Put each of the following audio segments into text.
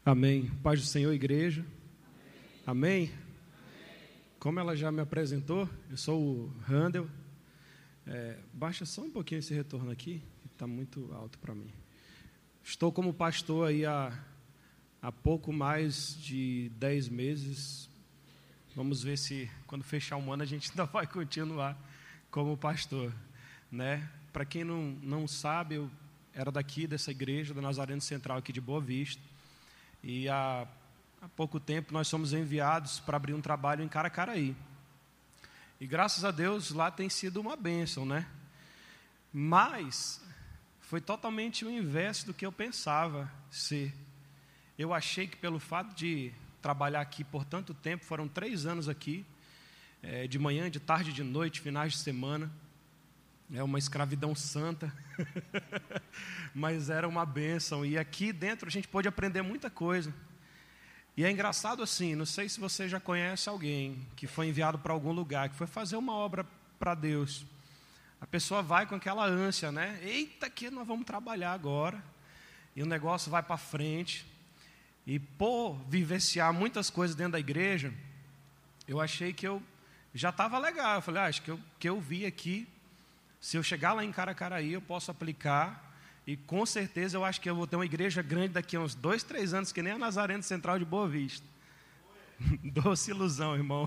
Amém. Paz do Senhor, igreja. Amém. Amém. Como ela já me apresentou, eu sou o Randel. Baixa só um pouquinho esse retorno aqui, que está muito alto para mim. Estou como pastor aí há pouco mais de 10 meses. Vamos ver se quando fechar um ano a gente ainda vai continuar como pastor, né? Para quem não sabe, eu era daqui dessa igreja, da Nazareno Central aqui de Boa Vista. E há pouco tempo nós somos enviados para abrir um trabalho em Caracaraí. E graças a Deus lá tem sido uma bênção, né? Mas foi totalmente o inverso do que eu pensava ser. Eu achei que pelo fato de trabalhar aqui por tanto tempo, foram 3 anos aqui, de manhã, de tarde, de noite, finais de semana. É uma escravidão santa, mas era uma bênção. E aqui dentro a gente pôde aprender muita coisa. E é engraçado assim, não sei se você já conhece alguém que foi enviado para algum lugar, que foi fazer uma obra para Deus. A pessoa vai com aquela ânsia, né? Eita, que nós vamos trabalhar agora. E o negócio vai para frente. E por vivenciar muitas coisas dentro da igreja, eu achei que eu já estava legal. Eu falei, acho que que eu vi aqui, se eu chegar lá em Caracaraí, eu posso aplicar. E com certeza eu acho que eu vou ter uma igreja grande daqui a uns 2, 3 anos, que nem a Nazareno Central de Boa Vista. Doce ilusão, irmão.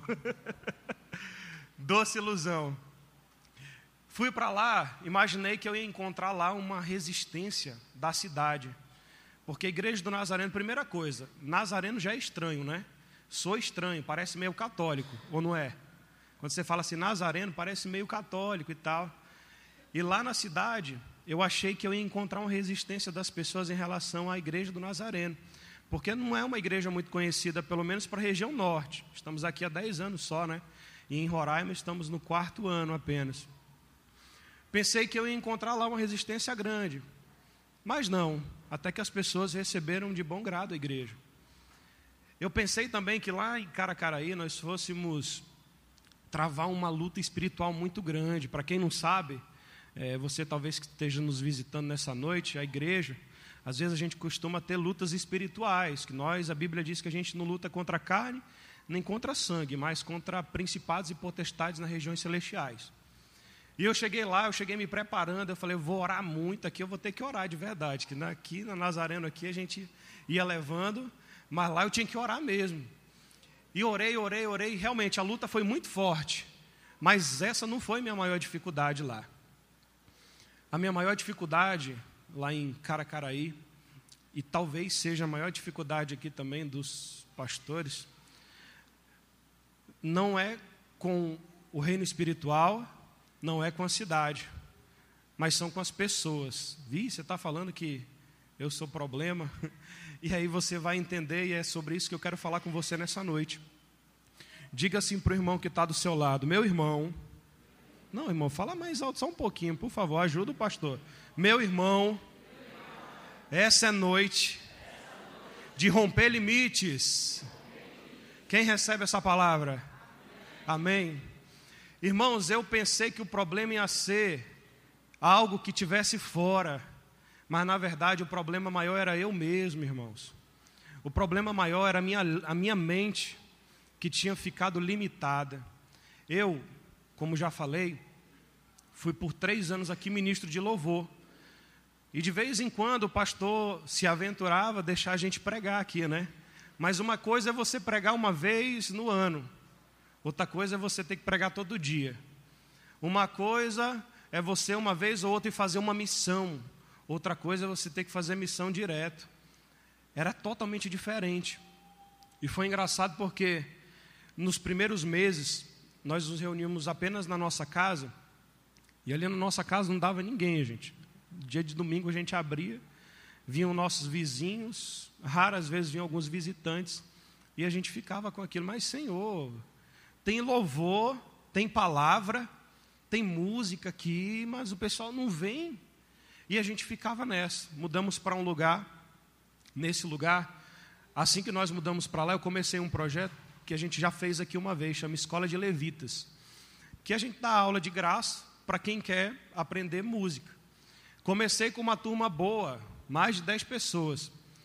Doce ilusão. Fui para lá, imaginei que eu ia encontrar lá uma resistência da cidade. Porque a igreja do Nazareno, primeira coisa, Nazareno já é estranho, né? Sou estranho, parece meio católico, ou não é? Quando você fala assim, Nazareno, parece meio católico e tal. E lá na cidade, eu achei que eu ia encontrar uma resistência das pessoas em relação à igreja do Nazareno. Porque não é uma igreja muito conhecida, pelo menos para a região norte. Estamos aqui há 10 anos só, né? E em Roraima estamos no 4º ano apenas. Pensei que eu ia encontrar lá uma resistência grande. Mas não, até que as pessoas receberam de bom grado a igreja. Eu pensei também que lá em Caracaraí nós fôssemos travar uma luta espiritual muito grande. Para quem não sabe, você talvez que esteja nos visitando nessa noite, a igreja, às vezes a gente costuma ter lutas espirituais, que a Bíblia diz que a gente não luta contra a carne, nem contra sangue, mas contra principados e potestades nas regiões celestiais. E eu cheguei lá, eu cheguei me preparando, eu falei, eu vou orar muito aqui, eu vou ter que orar de verdade, que aqui na Nazareno aqui a gente ia levando, mas lá eu tinha que orar mesmo. E orei, e realmente a luta foi muito forte, mas essa não foi minha maior dificuldade lá. A minha maior dificuldade lá em Caracaraí, e talvez seja a maior dificuldade aqui também dos pastores, não é com o reino espiritual, não é com a cidade, mas são com as pessoas. Você está falando que eu sou problema? E aí você vai entender, e é sobre isso que eu quero falar com você nessa noite. Diga assim para o irmão que está do seu lado, meu irmão. Não, irmão, fala mais alto só um pouquinho, por favor, ajuda o pastor. Meu irmão, essa é noite de romper limites. Quem recebe essa palavra? Amém. Irmãos, eu pensei que o problema ia ser algo que tivesse fora, mas na verdade o problema maior era eu mesmo, irmãos. O problema maior era a minha mente, que tinha ficado limitada. Eu, como já falei, fui por 3 anos aqui ministro de louvor. E de vez em quando o pastor se aventurava a deixar a gente pregar aqui, né? Mas uma coisa é você pregar uma vez no ano. Outra coisa é você ter que pregar todo dia. Uma coisa é você uma vez ou outra fazer uma missão. Outra coisa é você ter que fazer missão direto. Era totalmente diferente. E foi engraçado porque nos primeiros meses nós nos reuníamos apenas na nossa casa. E ali na nossa casa não dava ninguém, gente. Dia de domingo a gente abria, vinham nossos vizinhos, raras vezes vinham alguns visitantes. E a gente ficava com aquilo, mas Senhor, tem louvor, tem palavra, tem música aqui, mas o pessoal não vem. E a gente ficava nessa. Mudamos para um lugar. Nesse lugar, assim que nós mudamos para lá, eu comecei um projeto que a gente já fez aqui uma vez, chama Escola de Levitas. Que a gente dá aula de graça para quem quer aprender música. Comecei com uma turma boa, mais de 10 pessoas.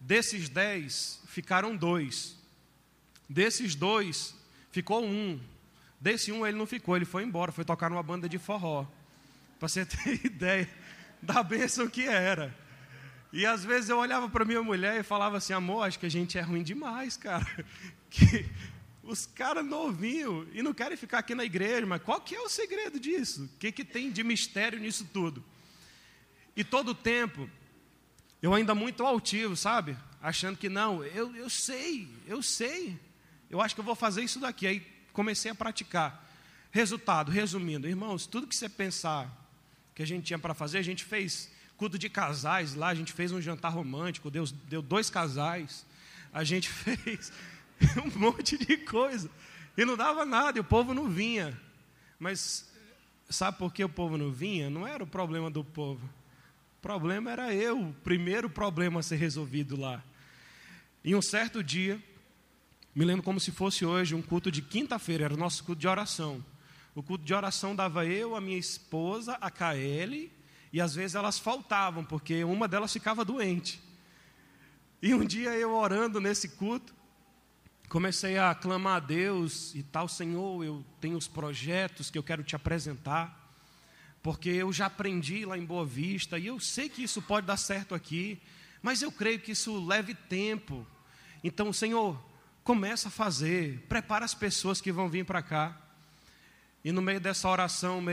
Desses 10, ficaram 2. Desses 2, ficou 1. Desse 1 ele não ficou, ele foi embora, foi tocar numa banda de forró. Para você ter ideia da bênção que era. E às vezes eu olhava para minha mulher e falava assim, amor, acho que a gente é ruim demais, cara. Que os caras novinhos e não querem ficar aqui na igreja, mas qual que é o segredo disso? O que tem de mistério nisso tudo? E todo o tempo, eu ainda muito altivo, sabe? Achando que não, eu sei, eu acho que eu vou fazer isso daqui. Aí comecei a praticar. Resultado, resumindo, irmãos, tudo que você pensar que a gente tinha para fazer, a gente fez culto de casais lá, a gente fez um jantar romântico, deu 2 casais, a gente fez um monte de coisa, e não dava nada, e o povo não vinha. Mas sabe por que o povo não vinha? Não era o problema do povo, o problema era eu, o primeiro problema a ser resolvido lá. E um certo dia, me lembro como se fosse hoje, um culto de quinta-feira, era o nosso culto de oração. O culto de oração dava eu, a minha esposa, a Kaeli, e às vezes elas faltavam, porque uma delas ficava doente. E um dia eu orando nesse culto, comecei a clamar a Deus e tal, Senhor, eu tenho os projetos que eu quero te apresentar, porque eu já aprendi lá em Boa Vista, e eu sei que isso pode dar certo aqui, mas eu creio que isso leve tempo. Então, Senhor, começa a fazer, prepara as pessoas que vão vir para cá. E no meio dessa oração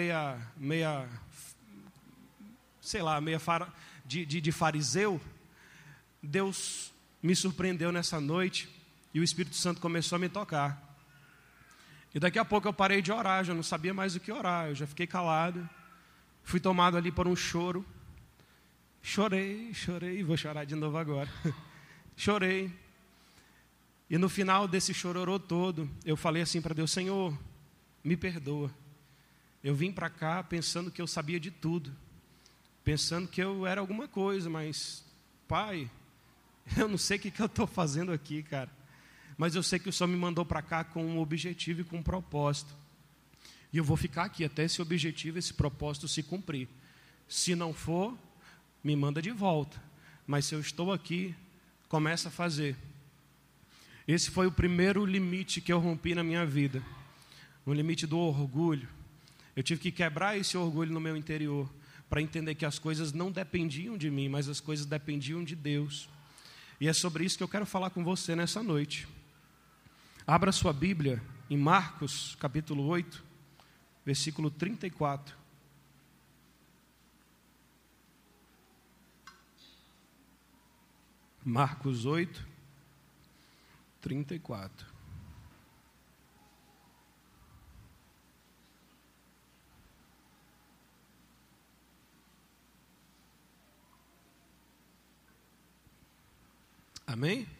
de fariseu, Deus me surpreendeu nessa noite e o Espírito Santo começou a me tocar. E daqui a pouco eu parei de orar, já não sabia mais o que orar, eu já fiquei calado, fui tomado ali por um choro, chorei, vou chorar de novo agora, chorei, e no final desse chororô todo, eu falei assim para Deus, Senhor, me perdoa, eu vim para cá pensando que eu sabia de tudo, pensando que eu era alguma coisa, mas, Pai, eu não sei o que eu estou fazendo aqui, cara, mas eu sei que o Senhor me mandou para cá com um objetivo e com um propósito, e eu vou ficar aqui até esse objetivo, esse propósito se cumprir. Se não for, me manda de volta, mas se eu estou aqui, começa a fazer. Esse foi o primeiro limite que eu rompi na minha vida, o limite do orgulho. Eu tive que quebrar esse orgulho no meu interior, para entender que as coisas não dependiam de mim, mas as coisas dependiam de Deus. E é sobre isso que eu quero falar com você nessa noite. Abra sua Bíblia em Marcos, capítulo 8, versículo 34. Marcos 8, 34. Amém?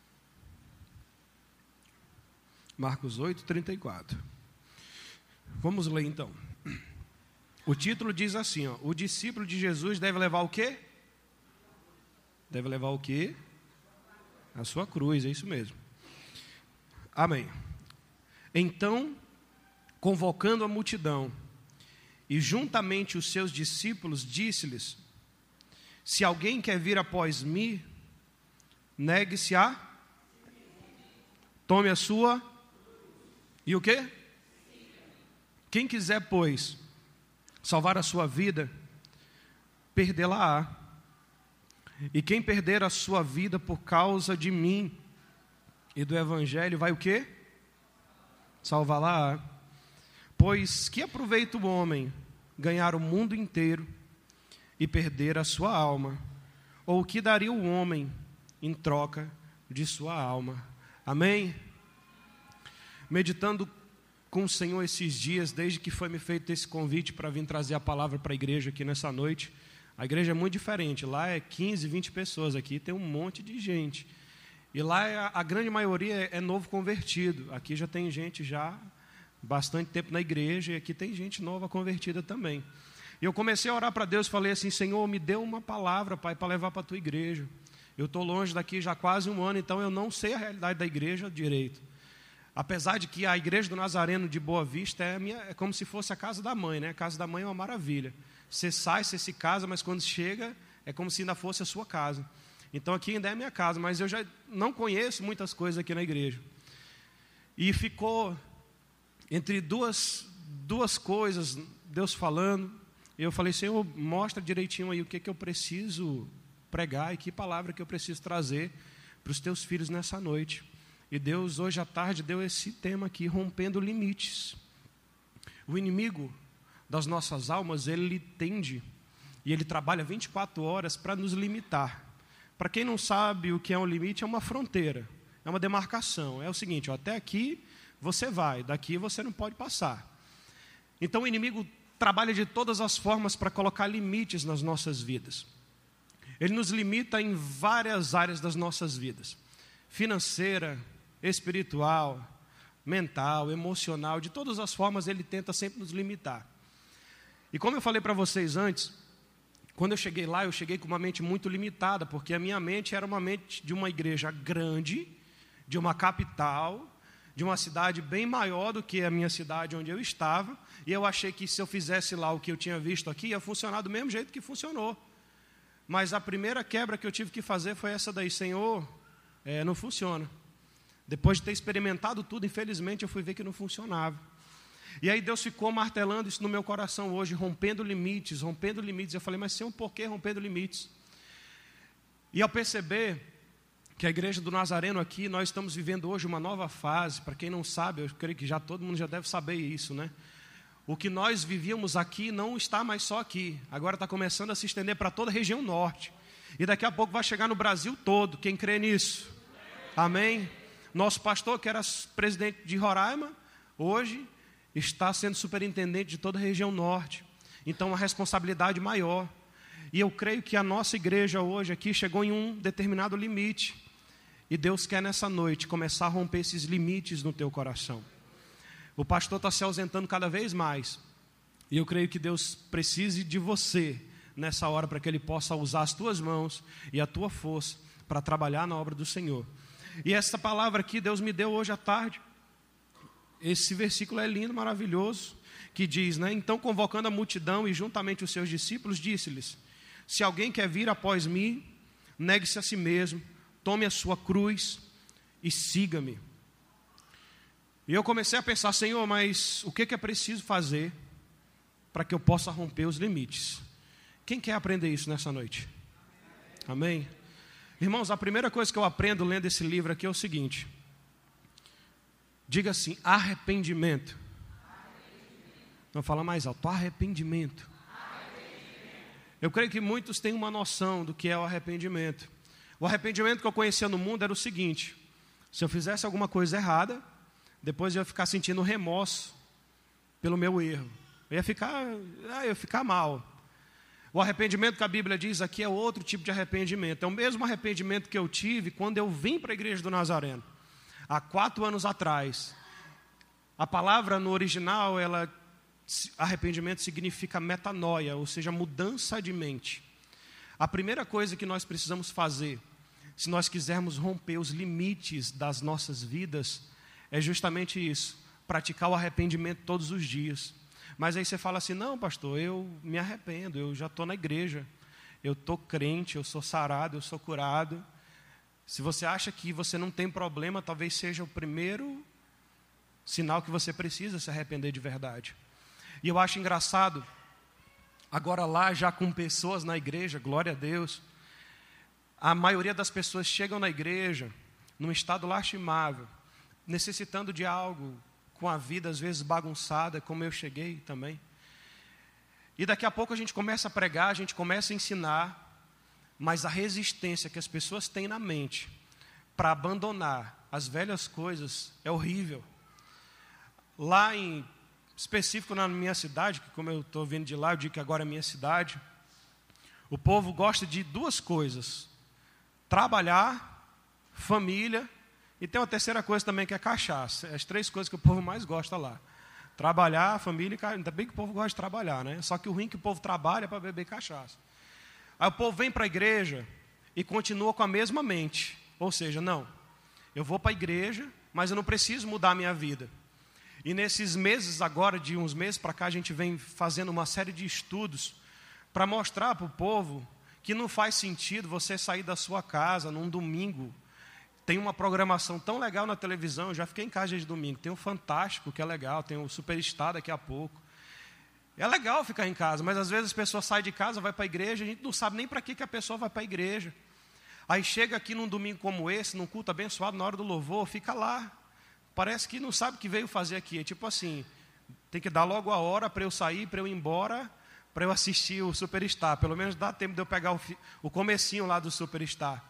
Marcos 8, 34. Vamos ler então. O título diz assim, ó, o discípulo de Jesus deve levar o quê? Deve levar o quê? A sua cruz, é isso mesmo. Amém. Então, convocando a multidão, e juntamente os seus discípulos, disse-lhes, se alguém quer vir após mim, negue-se a, tome a sua, e o quê? Quem quiser, pois, salvar a sua vida, perdê-la-á. E quem perder a sua vida por causa de mim e do Evangelho, vai o quê? Salvá-la-á. Pois que aproveita o homem ganhar o mundo inteiro e perder a sua alma? Ou o que daria o homem em troca de sua alma? Amém? Meditando com o Senhor esses dias, desde que foi me feito esse convite para vir trazer a palavra para a igreja aqui nessa noite. A igreja é muito diferente, lá é 15, 20 pessoas, aqui tem um monte de gente. E lá a grande maioria é novo convertido, aqui já tem gente já bastante tempo na igreja e aqui tem gente nova convertida também. E eu comecei a orar para Deus, falei assim, Senhor, me dê uma palavra, Pai, para levar para a tua igreja. Eu estou longe daqui já há quase um ano, então eu não sei a realidade da igreja direito. Apesar de que a igreja do Nazareno de Boa Vista é como se fosse a casa da mãe, né? A casa da mãe é uma maravilha. Você sai, você se casa, mas quando chega, é como se ainda fosse a sua casa. Então aqui ainda é minha casa, mas eu já não conheço muitas coisas aqui na igreja. E ficou entre duas coisas, Deus falando. Eu falei, Senhor, mostra direitinho aí o que eu preciso pregar e que palavra que eu preciso trazer para os teus filhos nessa noite. E Deus, hoje à tarde, deu esse tema aqui, rompendo limites. O inimigo das nossas almas, ele tende e ele trabalha 24 horas para nos limitar. Para quem não sabe o que é um limite, é uma fronteira, é uma demarcação. É o seguinte, ó, até aqui você vai, daqui você não pode passar. Então o inimigo trabalha de todas as formas para colocar limites nas nossas vidas. Ele nos limita em várias áreas das nossas vidas. Financeira, espiritual, mental, emocional, de todas as formas ele tenta sempre nos limitar. E como eu falei para vocês antes, quando eu cheguei lá, eu cheguei com uma mente muito limitada, porque a minha mente era uma mente de uma igreja grande, de uma capital, de uma cidade bem maior do que a minha cidade onde eu estava, e eu achei que se eu fizesse lá o que eu tinha visto aqui, ia funcionar do mesmo jeito que funcionou. Mas a primeira quebra que eu tive que fazer foi essa daí, Senhor, não funciona. Depois de ter experimentado tudo, infelizmente eu fui ver que não funcionava. E aí Deus ficou martelando isso no meu coração hoje, rompendo limites. Eu falei, mas Senhor, por que rompendo limites? E ao perceber que a igreja do Nazareno aqui, nós estamos vivendo hoje uma nova fase. Para quem não sabe, eu creio que todo mundo já deve saber isso, né? O que nós vivíamos aqui não está mais só aqui. Agora está começando a se estender para toda a região norte. E daqui a pouco vai chegar no Brasil todo. Quem crê nisso? Amém? Nosso pastor, que era presidente de Roraima, hoje está sendo superintendente de toda a região norte. Então, uma responsabilidade maior. E eu creio que a nossa igreja hoje aqui chegou em um determinado limite. E Deus quer nessa noite começar a romper esses limites no teu coração. O pastor está se ausentando cada vez mais. E eu creio que Deus precise de você nessa hora para que Ele possa usar as tuas mãos e a tua força para trabalhar na obra do Senhor. E essa palavra aqui Deus me deu hoje à tarde. Esse versículo é lindo, maravilhoso, que diz, né? Então, convocando a multidão e juntamente os seus discípulos, disse-lhes, se alguém quer vir após mim, negue-se a si mesmo, tome a sua cruz e siga-me. E eu comecei a pensar, Senhor, mas o que é preciso fazer para que eu possa romper os limites? Quem quer aprender isso nessa noite? Amém? Irmãos, a primeira coisa que eu aprendo lendo esse livro aqui é o seguinte. Diga assim, arrependimento. Não fala mais alto, arrependimento. Eu creio que muitos têm uma noção do que é o arrependimento. O arrependimento que eu conhecia no mundo era o seguinte. Se eu fizesse alguma coisa errada, depois eu ia ficar sentindo remorso pelo meu erro. Eu ia ficar mal. O arrependimento que a Bíblia diz aqui é outro tipo de arrependimento. É o mesmo arrependimento que eu tive quando eu vim para a igreja do Nazareno. Há 4 anos atrás. A palavra no original, arrependimento significa metanoia, ou seja, mudança de mente. A primeira coisa que nós precisamos fazer, se nós quisermos romper os limites das nossas vidas, é justamente isso, praticar o arrependimento todos os dias. Mas aí você fala assim, não pastor, eu me arrependo, eu já estou na igreja, eu estou crente, eu sou sarado, eu sou curado. Se você acha que você não tem problema, talvez seja o primeiro sinal que você precisa se arrepender de verdade. E eu acho engraçado, agora lá já com pessoas na igreja, glória a Deus, a maioria das pessoas chegam na igreja num estado lastimável, necessitando de algo, com a vida às vezes bagunçada, como eu cheguei também. E daqui a pouco a gente começa a pregar, a gente começa a ensinar, mas a resistência que as pessoas têm na mente para abandonar as velhas coisas é horrível. Lá em específico na minha cidade, que como eu estou vindo de lá, eu digo que agora é minha cidade, o povo gosta de 2 coisas, trabalhar, família, e tem uma terceira coisa também que é cachaça. As 3 coisas que o povo mais gosta lá. Trabalhar, família e cachaça. Ainda bem que o povo gosta de trabalhar, né? Só que o ruim é que o povo trabalha para beber cachaça. Aí o povo vem para a igreja e continua com a mesma mente. Ou seja, não, eu vou para a igreja, mas eu não preciso mudar a minha vida. E nesses meses agora, de uns meses para cá, a gente vem fazendo uma série de estudos para mostrar para o povo que não faz sentido você sair da sua casa num domingo. Tem uma programação tão legal na televisão, eu já fiquei em casa de domingo. Tem o Fantástico, que é legal, tem o Superstar daqui a pouco. É legal ficar em casa, mas às vezes as pessoas saem de casa, vai para a igreja, a gente não sabe nem para que a pessoa vai para a igreja. Aí chega aqui num domingo como esse, num culto abençoado, na hora do louvor, fica lá. Parece que não sabe o que veio fazer aqui. É tipo assim, tem que dar logo a hora para eu sair, para eu ir embora, para eu assistir o Superstar. Pelo menos dá tempo de eu pegar o comecinho lá do Superstar.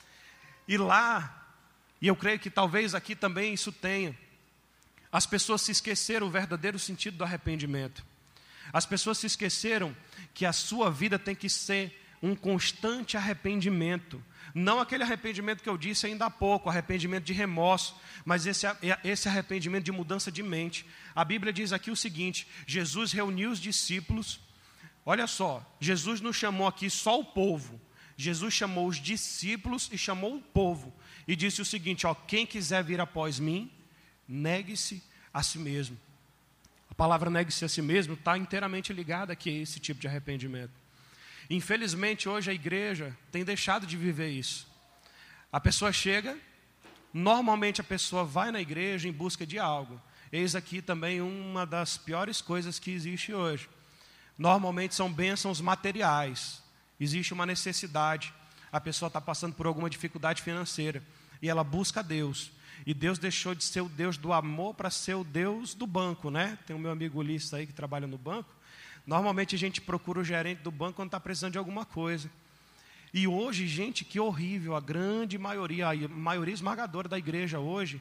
E lá, e eu creio que talvez aqui também isso tenha, as pessoas se esqueceram o verdadeiro sentido do arrependimento. As pessoas se esqueceram que a sua vida tem que ser um constante arrependimento. Não aquele arrependimento que eu disse ainda há pouco, arrependimento de remorso, mas esse arrependimento de mudança de mente. A Bíblia diz aqui o seguinte: Jesus reuniu os discípulos. Olha só, Jesus não chamou aqui só o povo. Jesus chamou os discípulos e chamou o povo. E disse o seguinte, ó, quem quiser vir após mim, negue-se a si mesmo. A palavra negue-se a si mesmo está inteiramente ligada aqui a esse tipo de arrependimento. Infelizmente, hoje a igreja tem deixado de viver isso. A pessoa chega, normalmente a pessoa vai na igreja em busca de algo. Eis aqui também uma das piores coisas que existe hoje. Normalmente são bênçãos materiais. Existe uma necessidade. A pessoa está passando por alguma dificuldade financeira. E ela busca Deus. E Deus deixou de ser o Deus do amor para ser o Deus do banco, né? Tem o meu amigo Ulisses aí que trabalha no banco. Normalmente a gente procura o gerente do banco quando está precisando de alguma coisa. E hoje, gente, que horrível, a grande maioria, a maioria esmagadora da igreja hoje,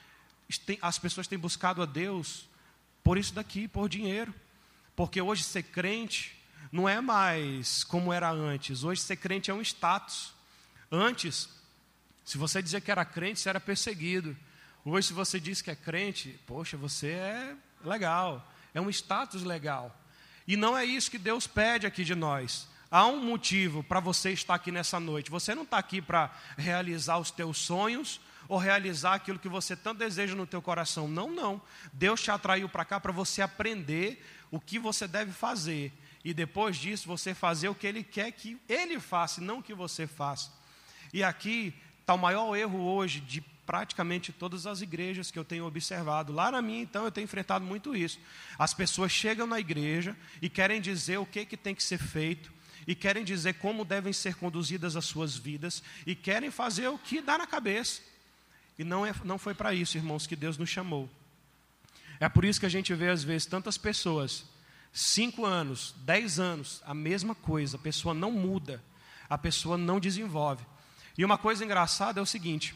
as pessoas têm buscado a Deus por isso daqui, por dinheiro. Porque hoje ser crente não é mais como era antes. Hoje ser crente é um status. Antes, se você dizia que era crente, você era perseguido. Hoje, se você diz que é crente, poxa, você é legal. É um status legal. E não é isso que Deus pede aqui de nós. Há um motivo para você estar aqui nessa noite. Você não está aqui para realizar os teus sonhos ou realizar aquilo que você tanto deseja no teu coração. Não, não. Deus te atraiu para cá para você aprender o que você deve fazer. E depois disso, você fazer o que Ele quer que Ele faça, não o que você faça. E aqui está o maior erro hoje de praticamente todas as igrejas que eu tenho observado. Lá na minha, então, eu tenho enfrentado muito isso. As pessoas chegam na igreja e querem dizer o que tem que ser feito, e querem dizer como devem ser conduzidas as suas vidas, e querem fazer o que dá na cabeça. E não foi para isso, irmãos, que Deus nos chamou. É por isso que a gente vê, às vezes, tantas pessoas, 5 anos, 10 anos, a mesma coisa, a pessoa não muda, a pessoa não desenvolve. E uma coisa engraçada é o seguinte,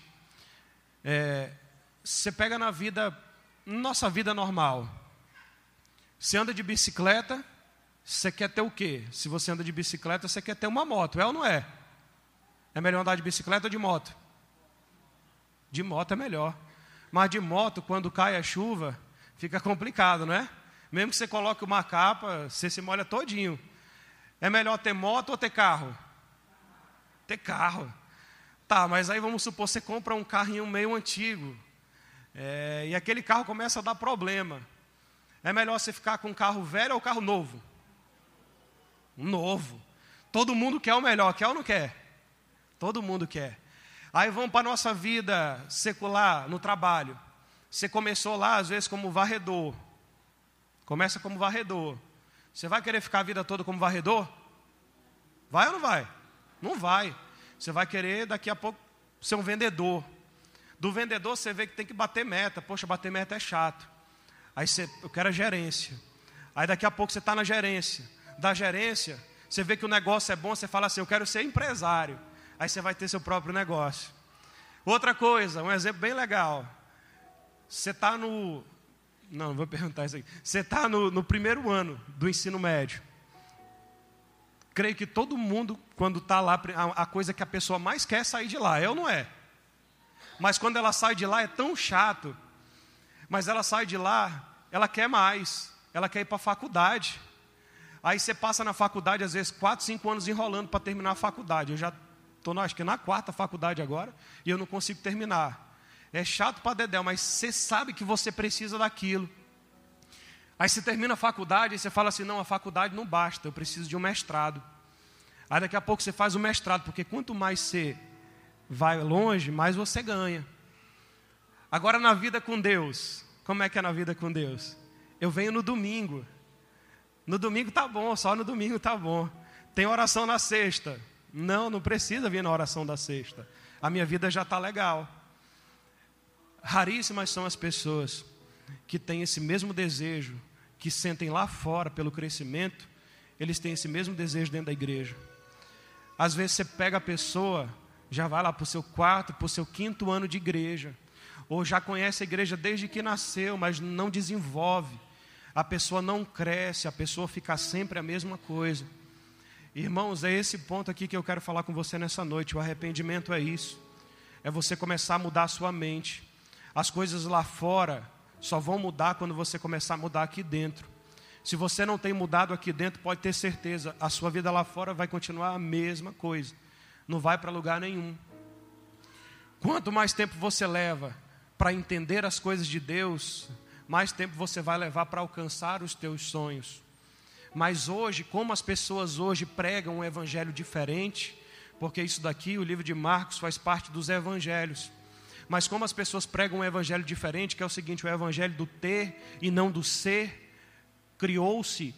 você pega na nossa vida normal, você anda de bicicleta, você quer ter o quê? Se você anda de bicicleta, você quer ter uma moto, é ou não é? É melhor andar de bicicleta ou de moto? De moto é melhor. Mas de moto, quando cai a chuva, fica complicado, não é? Mesmo que você coloque uma capa, você se molha todinho. É melhor ter moto ou ter carro? Ter carro. Tá, mas aí vamos supor, você compra um carrinho meio antigo. E aquele carro começa a dar problema. É melhor você ficar com um carro velho ou carro novo? Um novo. Todo mundo quer o melhor, quer ou não quer? Todo mundo quer. Aí vamos para a nossa vida secular, no trabalho. Você começou lá, às vezes, como varredor. Começa como varredor. Você vai querer ficar a vida toda como varredor? Vai ou não vai? Não vai. Você vai querer, daqui a pouco, ser um vendedor. Do vendedor, você vê que tem que bater meta. Poxa, bater meta é chato. Aí eu quero a gerência. Aí daqui a pouco você está na gerência. Da gerência, você vê que o negócio é bom, você fala assim, eu quero ser empresário. Aí você vai ter seu próprio negócio. Outra coisa, um exemplo bem legal. Você está no... Não vou perguntar isso aqui. Você está no primeiro ano do ensino médio. Creio que todo mundo, quando está lá, a coisa que a pessoa mais quer é sair de lá, é ou não é? Mas quando ela sai de lá é tão chato. Mas ela sai de lá, ela quer mais. Ela quer ir para a faculdade. Aí você passa na faculdade, às vezes, 4, 5 anos enrolando para terminar a faculdade. Eu já estou, acho que na 4ª faculdade agora, e eu não consigo terminar. É chato para dedéu, mas você sabe que você precisa daquilo. Aí você termina a faculdade e você fala assim, não, a faculdade não basta, eu preciso de um mestrado. Aí daqui a pouco você faz o mestrado, porque quanto mais você vai longe, mais você ganha. Agora na vida com Deus, como é que é na vida com Deus? Eu venho no domingo. No domingo tá bom, só no domingo tá bom. Tem oração na sexta. Não precisa vir na oração da sexta. A minha vida já está legal. Raríssimas são as pessoas que têm esse mesmo desejo, que sentem lá fora pelo crescimento, eles têm esse mesmo desejo dentro da igreja. Às vezes você pega a pessoa, já vai lá para o seu 4º, para o seu 5º ano de igreja, ou já conhece a igreja desde que nasceu, mas não desenvolve. A pessoa não cresce, a pessoa fica sempre a mesma coisa. Irmãos, é esse ponto aqui que eu quero falar com você nessa noite. O arrependimento é isso. É você começar a mudar a sua mente. As coisas lá fora só vão mudar quando você começar a mudar aqui dentro. Se você não tem mudado aqui dentro, pode ter certeza, a sua vida lá fora vai continuar a mesma coisa. Não vai para lugar nenhum. Quanto mais tempo você leva para entender as coisas de Deus, mais tempo você vai levar para alcançar os teus sonhos. Mas hoje, como as pessoas hoje pregam um evangelho diferente, porque isso daqui, o livro de Marcos, faz parte dos evangelhos. Mas como as pessoas pregam um evangelho diferente, que é o seguinte, o evangelho do ter e não do ser, criou-se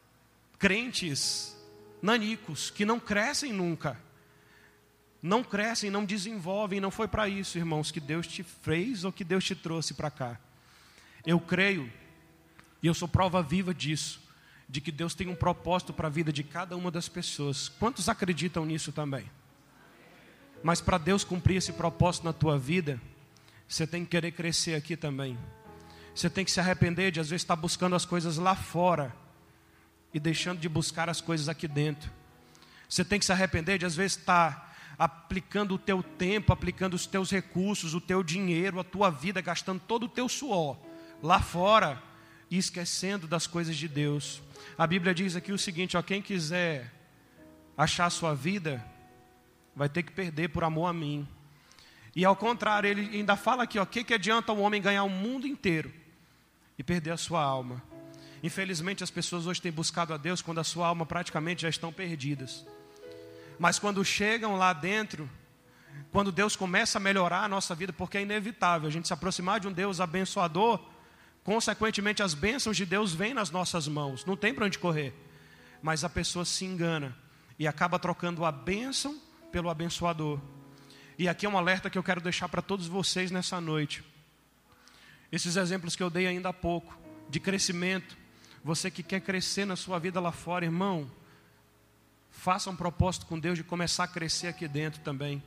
crentes nanicos, que não crescem nunca. Não crescem, não desenvolvem, não foi para isso, irmãos, que Deus te fez ou que Deus te trouxe para cá. Eu creio, e eu sou prova viva disso, de que Deus tem um propósito para a vida de cada uma das pessoas. Quantos acreditam nisso também? Mas para Deus cumprir esse propósito na tua vida, você tem que querer crescer aqui também. Você tem que se arrepender de às vezes estar buscando as coisas lá fora e deixando de buscar as coisas aqui dentro. Você tem que se arrepender de às vezes estar aplicando o teu tempo, aplicando os teus recursos, o teu dinheiro, a tua vida, gastando todo o teu suor lá fora e esquecendo das coisas de Deus. A Bíblia diz aqui o seguinte, ó, quem quiser achar a sua vida, vai ter que perder por amor a mim. E ao contrário, ele ainda fala aqui, ó, que adianta um homem ganhar o mundo inteiro e perder a sua alma? Infelizmente as pessoas hoje têm buscado a Deus quando a sua alma praticamente já estão perdidas. Mas quando chegam lá dentro, quando Deus começa a melhorar a nossa vida, porque é inevitável a gente se aproximar de um Deus abençoador, consequentemente as bênçãos de Deus vêm nas nossas mãos, não tem para onde correr. Mas a pessoa se engana e acaba trocando a bênção pelo abençoador. E aqui é um alerta que eu quero deixar para todos vocês nessa noite. Esses exemplos que eu dei ainda há pouco, de crescimento, você que quer crescer na sua vida lá fora, irmão, faça um propósito com Deus de começar a crescer aqui dentro também.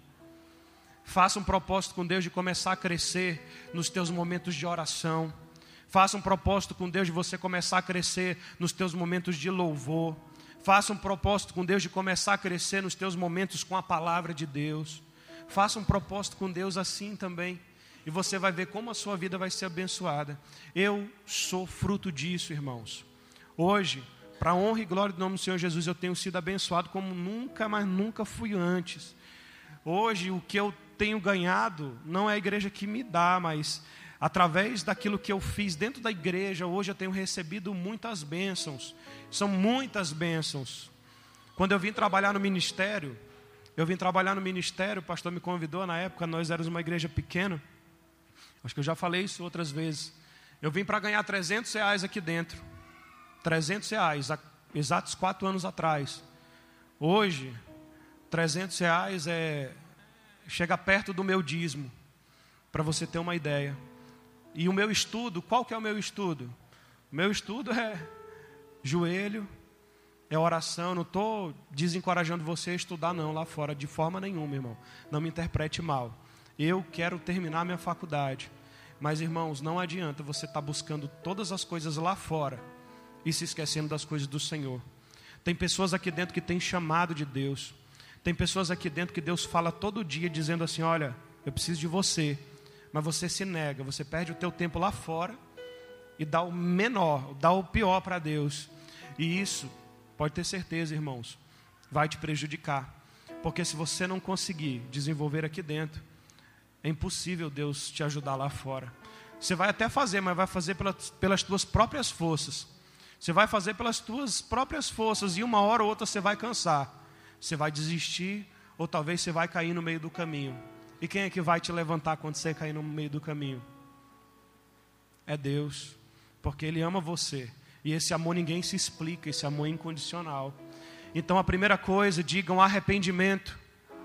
Faça um propósito com Deus de começar a crescer nos teus momentos de oração. Faça um propósito com Deus de você começar a crescer nos teus momentos de louvor. Faça um propósito com Deus de começar a crescer nos teus momentos com a palavra de Deus. Faça um propósito com Deus assim também. E você vai ver como a sua vida vai ser abençoada. Eu sou fruto disso, irmãos. Hoje, para a honra e glória do nome do Senhor Jesus, eu tenho sido abençoado como nunca, mas nunca fui antes. Hoje, o que eu tenho ganhado não é a igreja que me dá, mas através daquilo que eu fiz dentro da igreja, hoje eu tenho recebido muitas bênçãos. São muitas bênçãos. Quando eu vim trabalhar no ministério, o pastor me convidou, na época nós éramos uma igreja pequena. Acho que eu já falei isso outras vezes. Eu vim para ganhar R$300 aqui dentro. R$300, há exatos 4 anos atrás. Hoje, R$300 chega perto do meu dízimo, para você ter uma ideia. E o meu estudo, qual que é o meu estudo? O meu estudo é joelho, é oração. Eu não estou desencorajando você a estudar não lá fora, de forma nenhuma, irmão. Não me interprete mal. Eu quero terminar minha faculdade. Mas, irmãos, não adianta você estar buscando todas as coisas lá fora e se esquecendo das coisas do Senhor. Tem pessoas aqui dentro que têm chamado de Deus. Tem pessoas aqui dentro que Deus fala todo dia dizendo assim, olha, eu preciso de você. Mas você se nega, você perde o teu tempo lá fora e dá o menor, dá o pior para Deus. E isso, pode ter certeza, irmãos, vai te prejudicar. Porque se você não conseguir desenvolver aqui dentro, é impossível Deus te ajudar lá fora. Você vai até fazer, mas vai fazer pelas tuas próprias forças. Você vai fazer pelas tuas próprias forças e uma hora ou outra você vai cansar. Você vai desistir ou talvez você vai cair no meio do caminho. E quem é que vai te levantar quando você cair no meio do caminho? É Deus, porque Ele ama você. E esse amor ninguém se explica, esse amor é incondicional. Então a primeira coisa, digam arrependimento.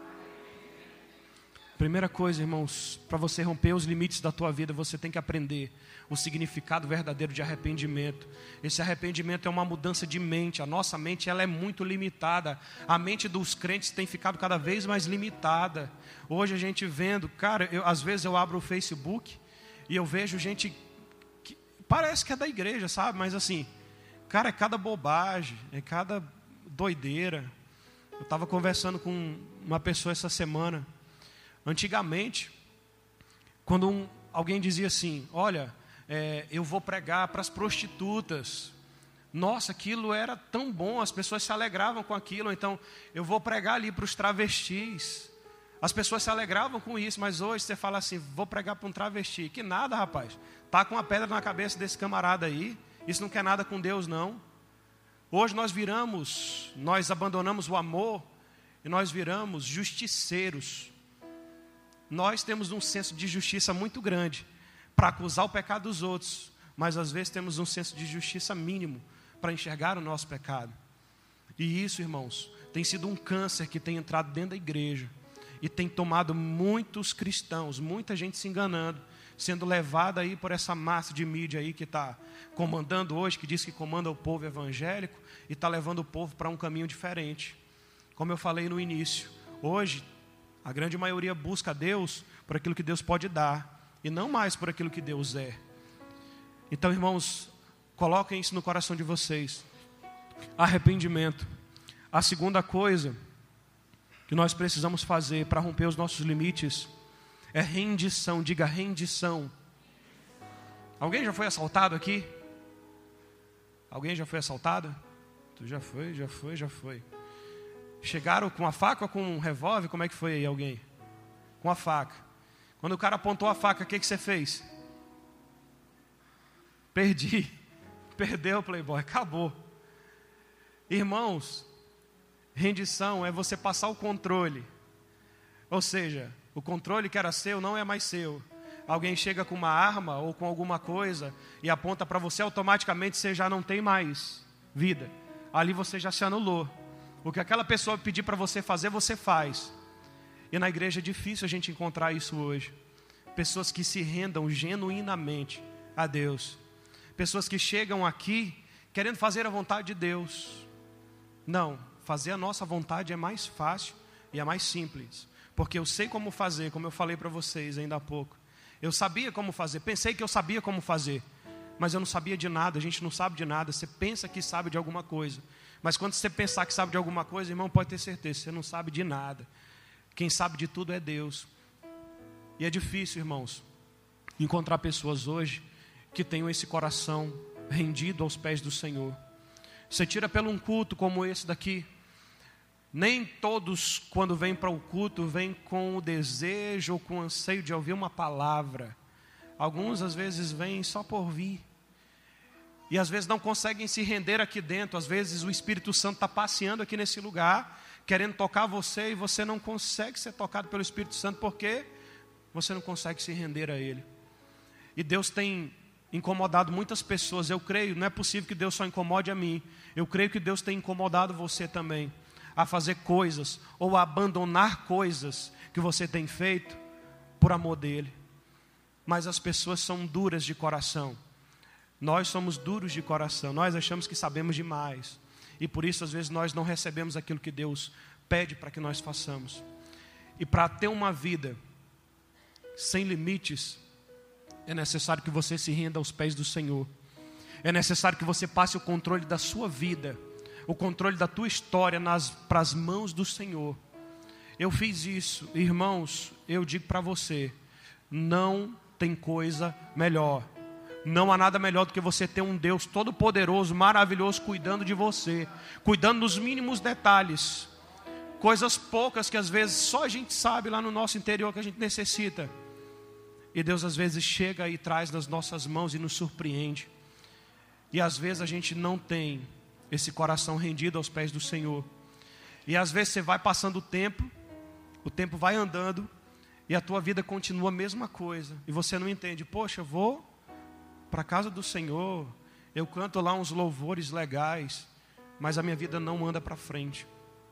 Primeira coisa, irmãos, para você romper os limites da tua vida, você tem que aprender o significado verdadeiro de arrependimento. Esse arrependimento é uma mudança de mente. A nossa mente, ela é muito limitada. A mente dos crentes tem ficado cada vez mais limitada. Hoje a gente vendo, cara, às vezes eu abro o Facebook e eu vejo gente que parece que é da igreja, sabe? Mas assim, cara, é cada bobagem, é cada doideira. Eu estava conversando com uma pessoa essa semana. Antigamente, quando alguém dizia assim, olha, eu vou pregar para as prostitutas. Nossa, aquilo era tão bom, as pessoas se alegravam com aquilo. Então, eu vou pregar ali para os travestis. As pessoas se alegravam com isso, mas hoje você fala assim, vou pregar para um travesti. Que nada, rapaz. Tá com uma pedra na cabeça desse camarada aí. Isso não quer nada com Deus, não. Hoje nós abandonamos o amor e nós viramos justiceiros. Nós temos um senso de justiça muito grande para acusar o pecado dos outros, mas às vezes temos um senso de justiça mínimo para enxergar o nosso pecado. E isso, irmãos, tem sido um câncer que tem entrado dentro da igreja e tem tomado muitos cristãos, muita gente se enganando, sendo levada aí por essa massa de mídia aí que está comandando hoje, que diz que comanda o povo evangélico e está levando o povo para um caminho diferente. Como eu falei no início, hoje a grande maioria busca a Deus por aquilo que Deus pode dar e não mais por aquilo que Deus é. Então, irmãos, coloquem isso no coração de vocês. Arrependimento. A segunda coisa que nós precisamos fazer para romper os nossos limites é rendição. Diga rendição. Alguém já foi assaltado aqui? Alguém já foi assaltado? Tu já foi. Chegaram com a faca ou com um revólver? Como é que foi aí alguém? Com a faca. Quando o cara apontou a faca, o que você fez? Perdi. Perdeu, playboy, acabou. Irmãos, rendição é você passar o controle. Ou seja, o controle que era seu não é mais seu. Alguém chega com uma arma ou com alguma coisa e aponta para você, automaticamente você já não tem mais vida. Ali você já se anulou. O que aquela pessoa pedir para você fazer, você faz. E na igreja é difícil a gente encontrar isso hoje. Pessoas que se rendam genuinamente a Deus. Pessoas que chegam aqui querendo fazer a vontade de Deus. Não, fazer a nossa vontade é mais fácil e é mais simples. Porque eu sei como fazer, como eu falei para vocês ainda há pouco. Eu sabia como fazer, pensei que eu sabia como fazer. Mas eu não sabia de nada, a gente não sabe de nada. Você pensa que sabe de alguma coisa. Mas quando você pensar que sabe de alguma coisa, irmão, pode ter certeza, você não sabe de nada. Quem sabe de tudo é Deus. E é difícil, irmãos, encontrar pessoas hoje que tenham esse coração rendido aos pés do Senhor. Você tira pelo um culto como esse daqui. Nem todos, quando vêm para o culto, vêm com o desejo ou com o anseio de ouvir uma palavra. Alguns, às vezes, vêm só por vir. E às vezes não conseguem se render aqui dentro. Às vezes o Espírito Santo está passeando aqui nesse lugar, querendo tocar você, e você não consegue ser tocado pelo Espírito Santo, porque você não consegue se render a Ele. E Deus tem incomodado muitas pessoas. Eu creio, não é possível que Deus só incomode a mim. Eu creio que Deus tem incomodado você também a fazer coisas ou a abandonar coisas que você tem feito por amor dEle. Mas as pessoas são duras de coração. Nós somos duros de coração, nós achamos que sabemos demais. E por isso, às vezes, nós não recebemos aquilo que Deus pede para que nós façamos. E para ter uma vida sem limites, é necessário que você se renda aos pés do Senhor. É necessário que você passe o controle da sua vida, o controle da tua história para as mãos do Senhor. Eu fiz isso, irmãos, eu digo para você, não tem coisa melhor. Não há nada melhor do que você ter um Deus todo-poderoso, maravilhoso, cuidando de você, cuidando dos mínimos detalhes, coisas poucas que às vezes só a gente sabe lá no nosso interior que a gente necessita. E Deus às vezes chega e traz nas nossas mãos e nos surpreende. E às vezes a gente não tem esse coração rendido aos pés do Senhor. E às vezes você vai passando o tempo vai andando, e a tua vida continua a mesma coisa. E você não entende, poxa, eu vou para a casa do Senhor, eu canto lá uns louvores legais, mas a minha vida não anda para frente.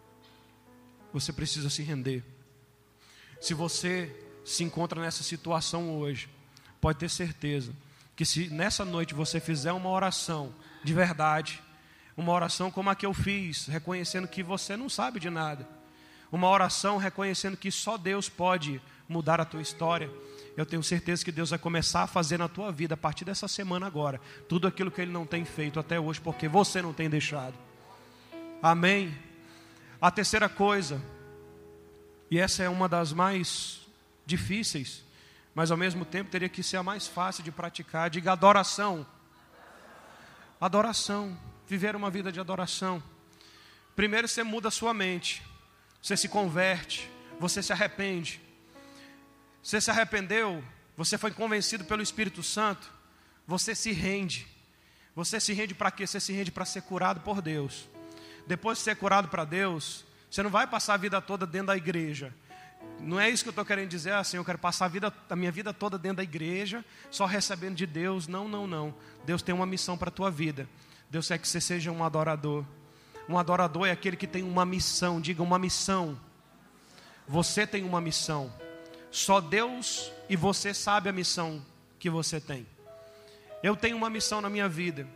Você precisa se render. Se você se encontra nessa situação hoje, pode ter certeza que se nessa noite você fizer uma oração de verdade, uma oração como a que eu fiz, reconhecendo que você não sabe de nada, uma oração reconhecendo que só Deus pode mudar a tua história, eu tenho certeza que Deus vai começar a fazer na tua vida, a partir dessa semana agora, tudo aquilo que Ele não tem feito até hoje, porque você não tem deixado. Amém? A terceira coisa, e essa é uma das mais difíceis, mas ao mesmo tempo teria que ser a mais fácil de praticar, diga adoração. Adoração, viver uma vida de adoração. Primeiro você muda a sua mente, você se converte, você se arrepende. Você se arrependeu, você foi convencido pelo Espírito Santo, você se rende. Você se rende para quê? Você se rende para ser curado por Deus. Depois de ser curado para Deus, você não vai passar a vida toda dentro da igreja. Não é isso que eu estou querendo dizer, assim, eu quero passar a minha vida toda dentro da igreja, só recebendo de Deus. Não, não, não. Deus tem uma missão para a tua vida. Deus quer que você seja um adorador. Um adorador é aquele que tem uma missão, diga uma missão. Você tem uma missão. Só Deus e você sabe a missão que você tem. Eu tenho uma missão na minha vida.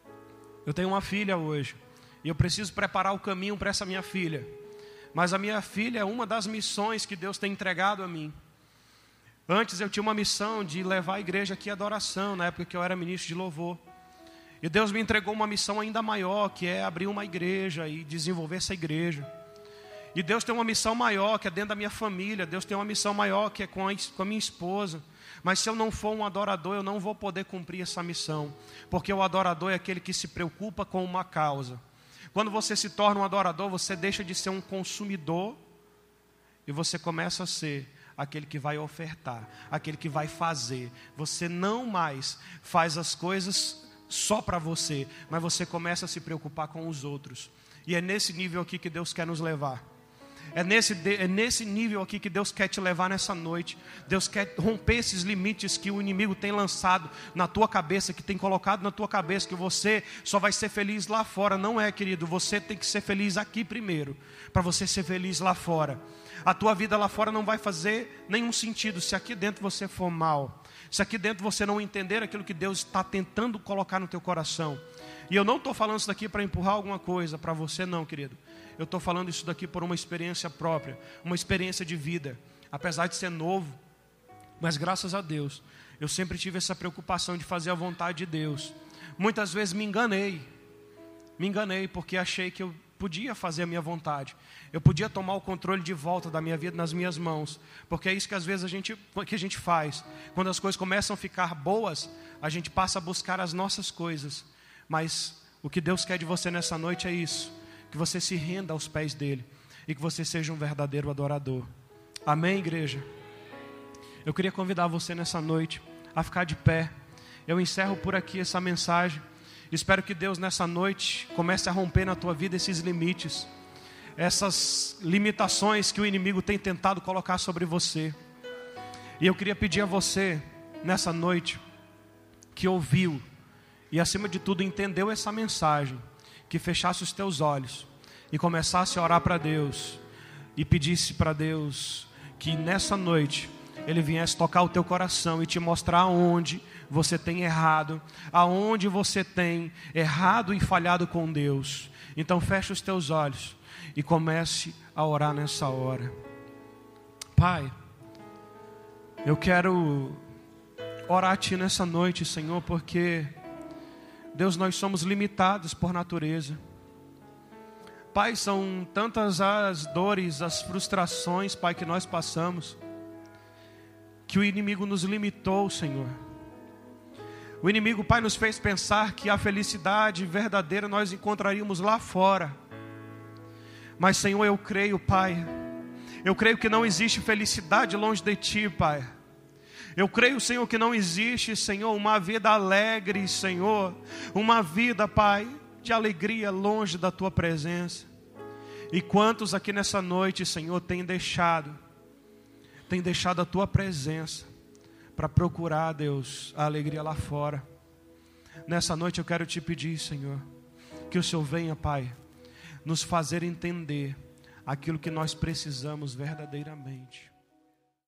Eu tenho uma filha hoje. E eu preciso preparar o caminho para essa minha filha. Mas a minha filha é uma das missões que Deus tem entregado a mim. Antes eu tinha uma missão de levar a igreja aqui à adoração, na época que eu era ministro de louvor. E Deus me entregou uma missão ainda maior, que é abrir uma igreja e desenvolver essa igreja. E Deus tem uma missão maior, que é dentro da minha família. Deus tem uma missão maior, que é com a minha esposa. Mas se eu não for um adorador, eu não vou poder cumprir essa missão. Porque o adorador é aquele que se preocupa com uma causa. Quando você se torna um adorador, você deixa de ser um consumidor e você começa a ser aquele que vai ofertar, aquele que vai fazer. Você não mais faz as coisas só para você, mas você começa a se preocupar com os outros. E é nesse nível aqui que Deus quer nos levar. É nesse nível aqui que Deus quer te levar nessa noite. Deus quer romper esses limites que o inimigo tem lançado na tua cabeça, que tem colocado na tua cabeça, que você só vai ser feliz lá fora. Não é, querido, você tem que ser feliz aqui primeiro, para você ser feliz lá fora. A tua vida lá fora não vai fazer nenhum sentido se aqui dentro você for mal, se aqui dentro você não entender aquilo que Deus está tentando colocar no teu coração. E eu não estou falando isso daqui para empurrar alguma coisa para você não, querido. Eu estou falando isso daqui por uma experiência própria, uma experiência de vida. Apesar de ser novo, mas graças a Deus, eu sempre tive essa preocupação de fazer a vontade de Deus. Muitas vezes me enganei porque achei que eu podia fazer a minha vontade. Eu podia tomar o controle de volta da minha vida nas minhas mãos. Porque é isso que às vezes a gente faz. Quando as coisas começam a ficar boas, a gente passa a buscar as nossas coisas. Mas o que Deus quer de você nessa noite é isso. Que você se renda aos pés dele. E que você seja um verdadeiro adorador. Amém, igreja? Eu queria convidar você nessa noite a ficar de pé. Eu encerro por aqui essa mensagem. Espero que Deus nessa noite comece a romper na tua vida esses limites. Essas limitações que o inimigo tem tentado colocar sobre você. E eu queria pedir a você nessa noite que ouviu e acima de tudo entendeu essa mensagem, que fechasse os teus olhos e começasse a orar para Deus e pedisse para Deus que nessa noite Ele viesse tocar o teu coração e te mostrar aonde você tem errado, aonde você tem errado e falhado com Deus. Então feche os teus olhos e comece a orar nessa hora. Pai, eu quero orar a Ti nessa noite, Senhor, porque Deus, nós somos limitados por natureza. Pai, são tantas as dores, as frustrações, Pai, que nós passamos, que o inimigo nos limitou, Senhor. O inimigo, Pai, nos fez pensar que a felicidade verdadeira nós encontraríamos lá fora. Mas, Senhor, eu creio, Pai, eu creio que não existe felicidade longe de Ti, Pai. Eu creio, Senhor, que não existe, Senhor, uma vida alegre, Senhor, uma vida, Pai, de alegria longe da Tua presença. E quantos aqui nessa noite, Senhor, têm deixado a Tua presença para procurar, Deus, a alegria lá fora. Nessa noite eu quero Te pedir, Senhor, que o Senhor venha, Pai, nos fazer entender aquilo que nós precisamos verdadeiramente.